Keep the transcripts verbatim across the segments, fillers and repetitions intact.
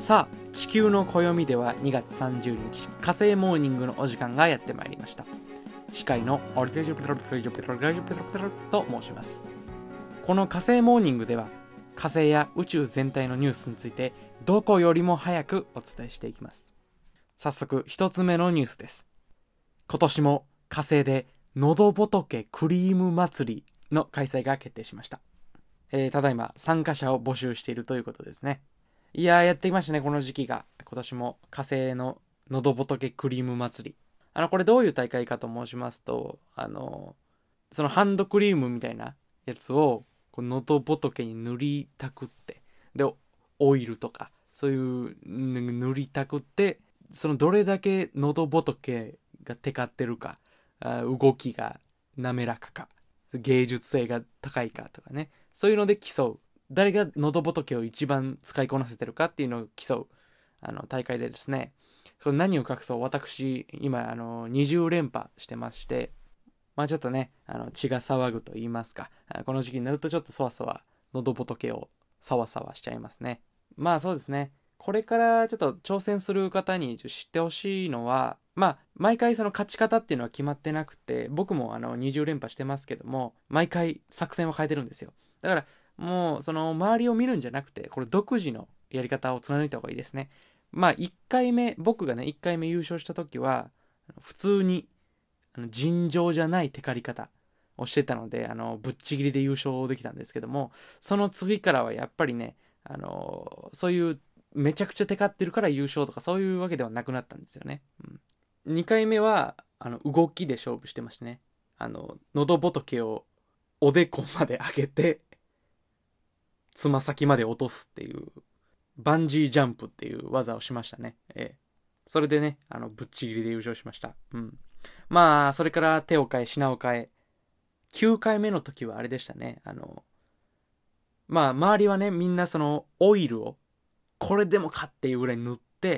さあ、地球の暦ではにがつさんじゅうにち、火星モーニングのお時間がやってまいりました。司会のオルテージョペロペロペロペロペロペロペロと申します。この火星モーニングでは、火星や宇宙全体のニュースについてどこよりも早くお伝えしていきます。早速一つ目のニュースです。今年も火星で喉仏クリーム祭りの開催が決定しました。えー、ただいま参加者を募集しているということですね。いやー、やってきましたね、この時期が。今年も火星の喉仏クリーム祭り。あの、これどういう大会かと申しますと、あの、そのハンドクリームみたいなやつをこう喉仏に塗りたくって、で、オイルとか、そういう塗りたくって、そのどれだけ喉仏がテカってるか、動きが滑らかか、芸術性が高いかとかね、そういうので競う。誰が喉仏を一番使いこなせてるかっていうのを競うあの大会でですね、その何を隠そう、私今あのにじゅう連覇してまして、まあちょっとね、あの血が騒ぐと言いますか、この時期になるとちょっとそわそわ喉仏をさわさわしちゃいますね。まあそうですね、これからちょっと挑戦する方に知ってほしいのは、まあ毎回その勝ち方っていうのは決まってなくて、僕もあのにじゅう連覇してますけども、毎回作戦を変えてるんですよ。だからもうその周りを見るんじゃなくて、これ独自のやり方を貫いた方がいいですね。まあいっかいめ、僕がねいっかいめ優勝した時は普通にあの尋常じゃないテカり方をしてたので、あのぶっちぎりで優勝できたんですけども、その次からはやっぱりね、あのそういうめちゃくちゃテカってるから優勝とかそういうわけではなくなったんですよね。うん、にかいめはあの動きで勝負してましたね。あの喉仏をおでこまで上げてつま先まで落とすっていうバンジージャンプっていう技をしましたね。ええ、それでね、あのぶっちぎりで優勝しました。うん。まあそれから手を変え品を変え、きゅうかいめの時はあれでしたね。あのまあ周りはね、みんなそのオイルをこれでもかっていうぐらい塗って、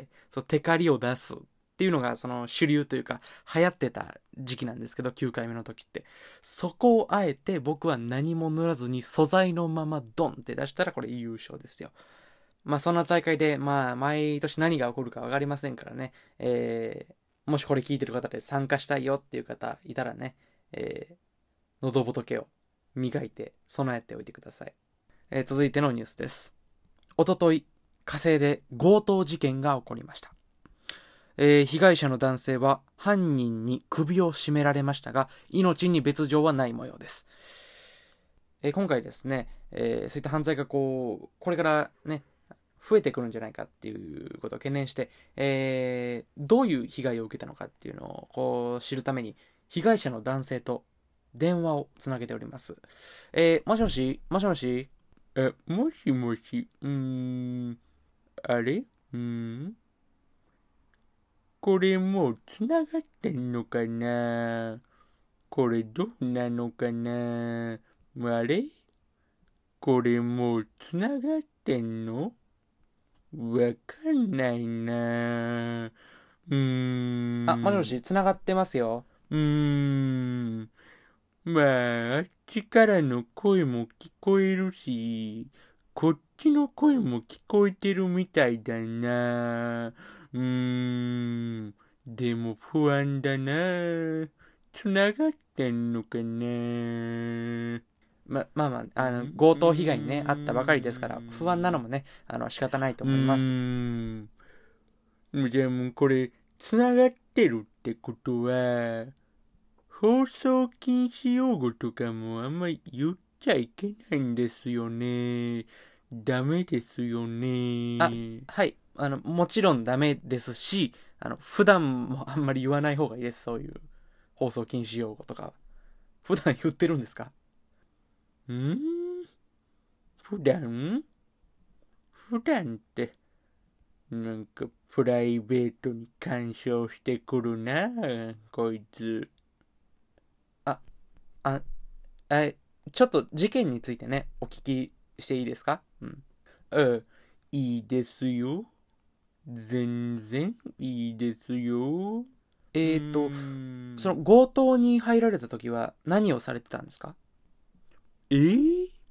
そのテカリを出すっていうのがその主流というか流行ってた時期なんですけど、きゅうかいめの時って、そこをあえて僕は何も塗らずに素材のままドンって出したら、これ優勝ですよ。まあそんな大会で、まあ毎年何が起こるか分かりませんからね、えー、もしこれ聞いてる方で参加したいよっていう方いたらね、えー、喉仏を磨いて備えておいてください。えー、続いてのニュースです。おととい、火星で強盗事件が起こりました。えー、被害者の男性は犯人に首を絞められましたが、命に別状はない模様です。えー、今回ですね、えー、そういった犯罪がこう、これからね、増えてくるんじゃないかっていうことを懸念して、えー、どういう被害を受けたのかっていうのをこう知るために、被害者の男性と電話をつなげております。えー、もしもしもしもしあ、もしもし、うーん、あれうーんこれもうつながってんのかな。これどうなのかな。あれこれもうつながってんの？わかんないな。うーあ、もしもん、 し、繋がってますよ。 うーん。まあ、あっちからの声も聞こえるし、こっちの声も聞こえてるみたいだな。うーん。でも不安だな。つながってんのかな。 ま、まあまあ、あの、 んうー強盗被害にね、あったばかりですから、不安なのん。 もね、あの、仕方ないとう思います。 ーん。じゃあもうこれ、つながってるってことは、放送禁止用語とかもあんま言っちゃいけないんですよね。ダメですよあ、 ね。 はい。あの、もちろんダメですし、あの、普段もあんまり言わない方がいいです。そういう放送禁止用語とか。普段言ってるんですか？ ん普段普段って、なんかプライベートに干渉してくるな、こいつ。 あ、あ、え、ちょっと事件についてね、お聞きしていいですか？うん。 あ、いいですよ。全然いいですよ。うーえーと、そのん。 強盗に入られた時は何をされてたんですか？ えー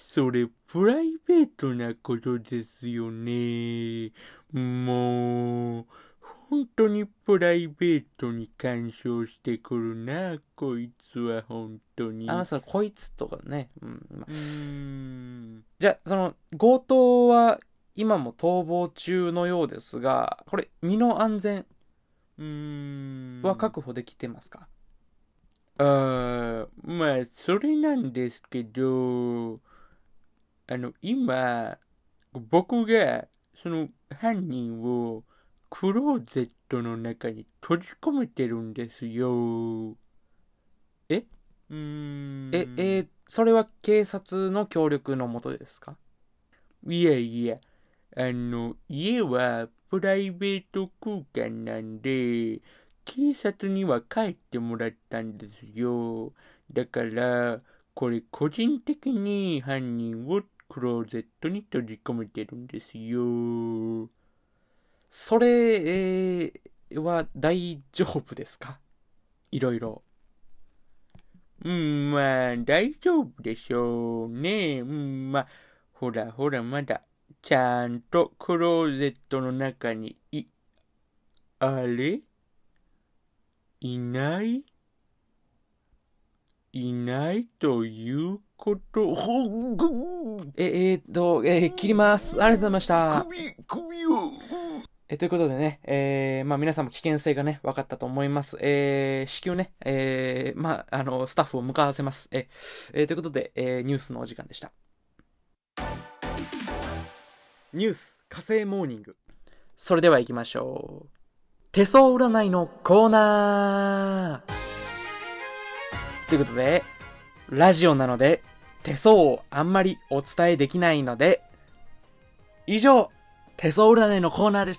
それプライベートなことですよね。もう、本当にプライベートに干渉してくるな、こいつは本当に。 あの、その、こいつとかね。うん。まうーん。 じゃあ、その、強盗は今も逃亡中のようですが、これ、身の安全うーん。 は確保できてますか？ あー、まあ、それなんですけど、あの、今、僕が、その犯人をクローゼットの中に閉じ込めてるんですよ。 えうーん。 え、えーそれは警察の協力のもとですか？ いやいや、あの、家はプライベート空間なんで、警察には帰ってもらったんですよ。だから、これ個人的に犯人をクローゼットに閉じ込めてるんですよ。 それ、えーは大丈夫ですか？いろいろ。 うん、まあ、大丈夫でしょうね。うん、まあ、ほらほら、まだ、ちゃんとクローゼットの中にい、あれいないいないということ、ほぐえ、えーっと、えー切ります。ありがとうございました。 首、首を。 え、ということでね、えー、まあ皆さんも危険性がね、分かったと思います。えー、至急ね、えー、まあ、あの、スタッフを向かわせます。え、えーということで、えー、ニュースのお時間でした。ニュース火星モーニング。それでは行きましょう。手相占いのコーナーということで、ラジオなので手相をあんまりお伝えできないので、以上、手相占いのコーナーでした。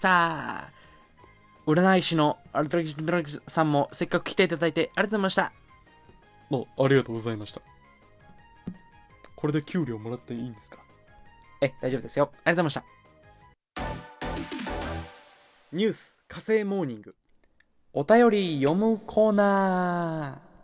占い師のアルトレキさんもせっかく来ていただいてありがとうございました。 もうありがとうございました。これで給料もらっていいんですか？ え、大丈夫ですよ。ありがとうございました。ニュース火星モーニング。お便り読むコーナー。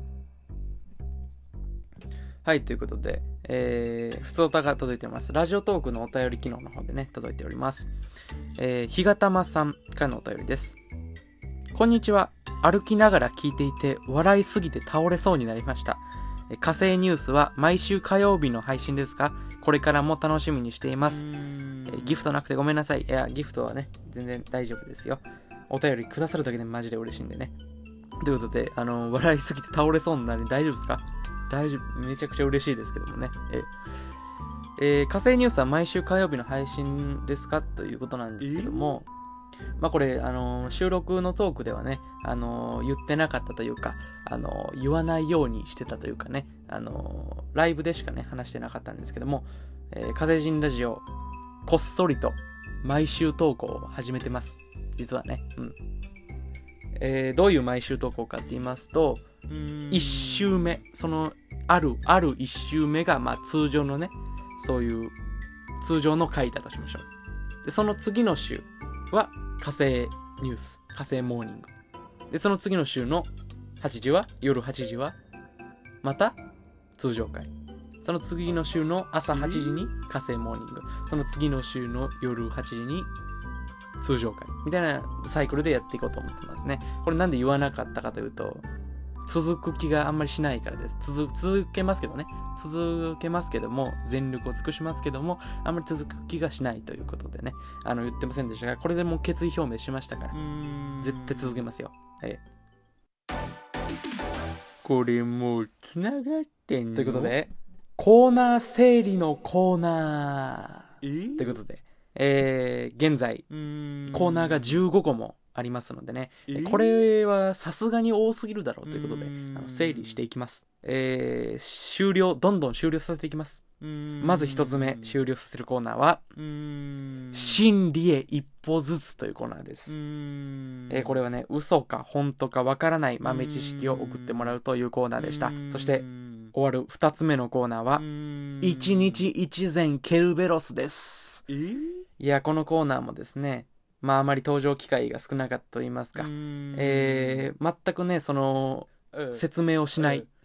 はい、ということで、えー、ふつおたが届いております。ラジオトークのお便り機能の方でね、届いております。えー、ひがたまさんからのお便りです。こんにちは。歩きながら聞いていて、笑いすぎて倒れそうになりました。えー火星ニュースは毎週火曜日の配信ですが、これからも楽しみにしています。えーギフトなくてごめんなさい。いや、ギフトはね、全然大丈夫ですよ。お便りくださるだけでマジで嬉しいんでね。ということで、あの、笑いすぎて倒れそうになり大丈夫ですか？大丈夫、めちゃくちゃ嬉しいですけどもね。ええー火星ニュースは毎週火曜日の配信ですかということなんですけども、まあこれ、あのー収録のトークではね、あのー言ってなかったというか、あのー言わないようにしてたというかね、あのーライブでしかね、話してなかったんですけども、えー火星人ラジオ、こっそりと毎週投稿を始めてます。実はね。うん。えーどういう毎週投稿かって言いますと、一週目、その、ある、ある一週目が、まあ通常のね、そういう、通常の回だとしましょう。で、その次の週は、火星ニュース、火星モーニング。で、その次の週のはちじは、夜はちじは、また、通常回。その次の週の朝はちじに火星モーニング。その次の週の夜はちじに通常回。みたいなサイクルでやっていこうと思ってますね。これなんで言わなかったかというと、続く気があんまりしないからです。続、続けますけどね。続けますけども、全力を尽くしますけども、あんまり続く気がしないということでね。あの、言ってませんでしたが、これでもう決意表明しましたから。絶対続けますよ。ええ。 これもう繋がってんの？ ということで、コーナー整理のコーナえー。ということで、えー、現在、 うーんコーナーがじゅうごこもありますのでね、 えーこれはさすがに多すぎるだろうということで、 うーんあの整理していきます。えー、終了、どんどん終了させていきます。 うーんまず一つ目、終了させるコーナーは、 うーん真理へ一歩ずつというコーナーでうす。 ーんえーこれはね、嘘か本当かわからない豆知識を送ってもらうというコーナーでした。そして、終わる二つ目のコーナーは、一日一善ケルベロスです。 えーいや、このコーナーもですね、まああまり登場機会が少なかったと言いますか、えー、全くね、その、説明をしない。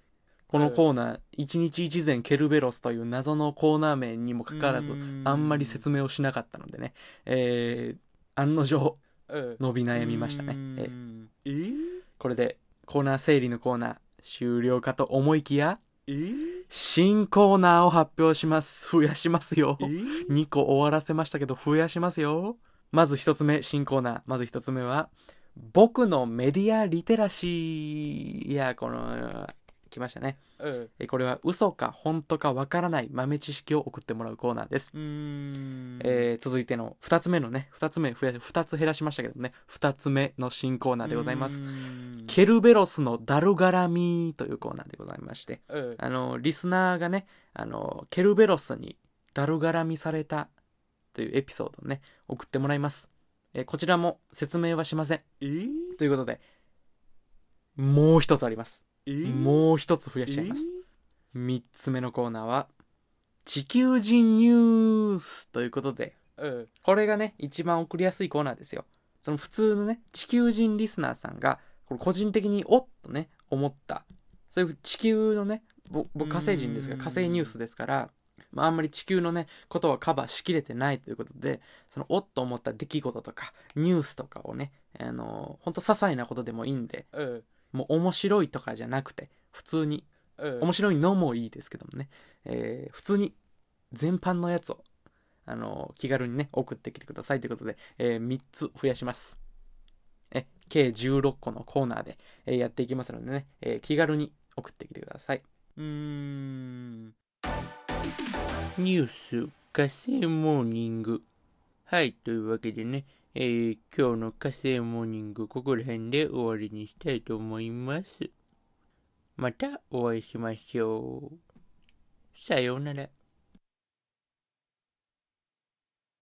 このコーナー、一日一善ケルベロスという謎のコーナー名にもかかわらず、あんまり説明をしなかったのでね、えー、案の定、伸び悩みましたね。えーえー、 これで、コーナー整理のコーナー、終了かと思いきや、 えー、 新コーナーを発表します。増やしますよ。 えー、 にこ終わらせましたけど、増やしますよ。まず一つ目、新コーナー。まず一つ目は、僕のメディアリテラシー。いや、この、来ましたね。えこれは嘘か本当かわからない豆知識を送ってもらうコーナーです。 うーんえー、続いての二つ目のね、二つ目増やし、二つ減らしましたけどね、二つ目の新コーナーでございます。ケルベロスのダル絡みというコーナーでございまして、あの、リスナーがね、あの、ケルベロスにダル絡みされたというエピソードをね、送ってもらいます。えー、こちらも説明はしません。 えー、 ということで、もう一つあります。 えー、 もう一つ増やしちゃいます。三つ目のコーナーは、地球人ニュースということで、これがね、一番送りやすいコーナーですよ。その普通のね、地球人リスナーさんが、これ個人的におっとね、思った、そういう地球のね、僕火星人ですが、火星ニュースですから、まあ、あんまり地球のね、ことはカバーしきれてないということで、そのおっと思った出来事とか、ニュースとかをね、あのー、ほんと些細なことでもいいんで、もう面白いとかじゃなくて、普通に、面白いのもいいですけどもね、えー、普通に全般のやつを、あのー、気軽にね、送ってきてくださいということで、えー、みっつ増やします。え、計じゅうろっこのコーナーで、えー、やっていきますのでね、えー、気軽に送ってきてください。 うーんニュース火星モーニング。はい、というわけでね、えー、今日の火星モーニングここら辺で終わりにしたいと思います。またお会いしましょう。さようなら。